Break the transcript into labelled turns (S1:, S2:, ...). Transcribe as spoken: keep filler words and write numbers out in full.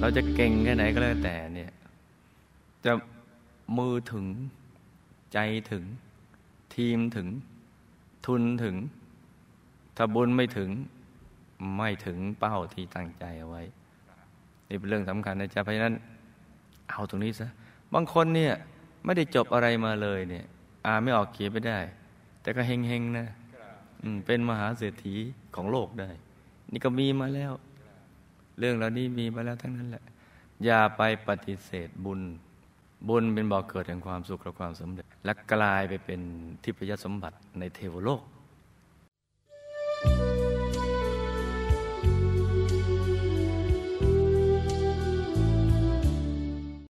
S1: เราจะเก่งแค่ไหนก็แล้วแต่เนี่ยจะมือถึงใจถึงทีมถึงทุนถึงถ้าบุญไม่ถึงไม่ถึงเป้าที่ตั้งใจเอาไว้นี่เป็นเรื่องสำคัญนะจ๊ะเพราะฉะนั้นเอาตรงนี้ซะบางคนเนี่ยไม่ได้จบอะไรมาเลยเนี่ยอ่านไม่ออกเขียนไม่ได้แต่ก็เฮงๆนะเป็นมหาเศรษฐีของโลกได้นี่ก็มีมาแล้วเรื่องเหล่านี้มีมาแล้วทั้งนั้นแหละอย่าไปปฏิเสธบุญบุญเป็นบ่อเกิดแห่งความสุขและความสำเร็จและกลายไปเป็นทิพยสมบัติในเทวโลก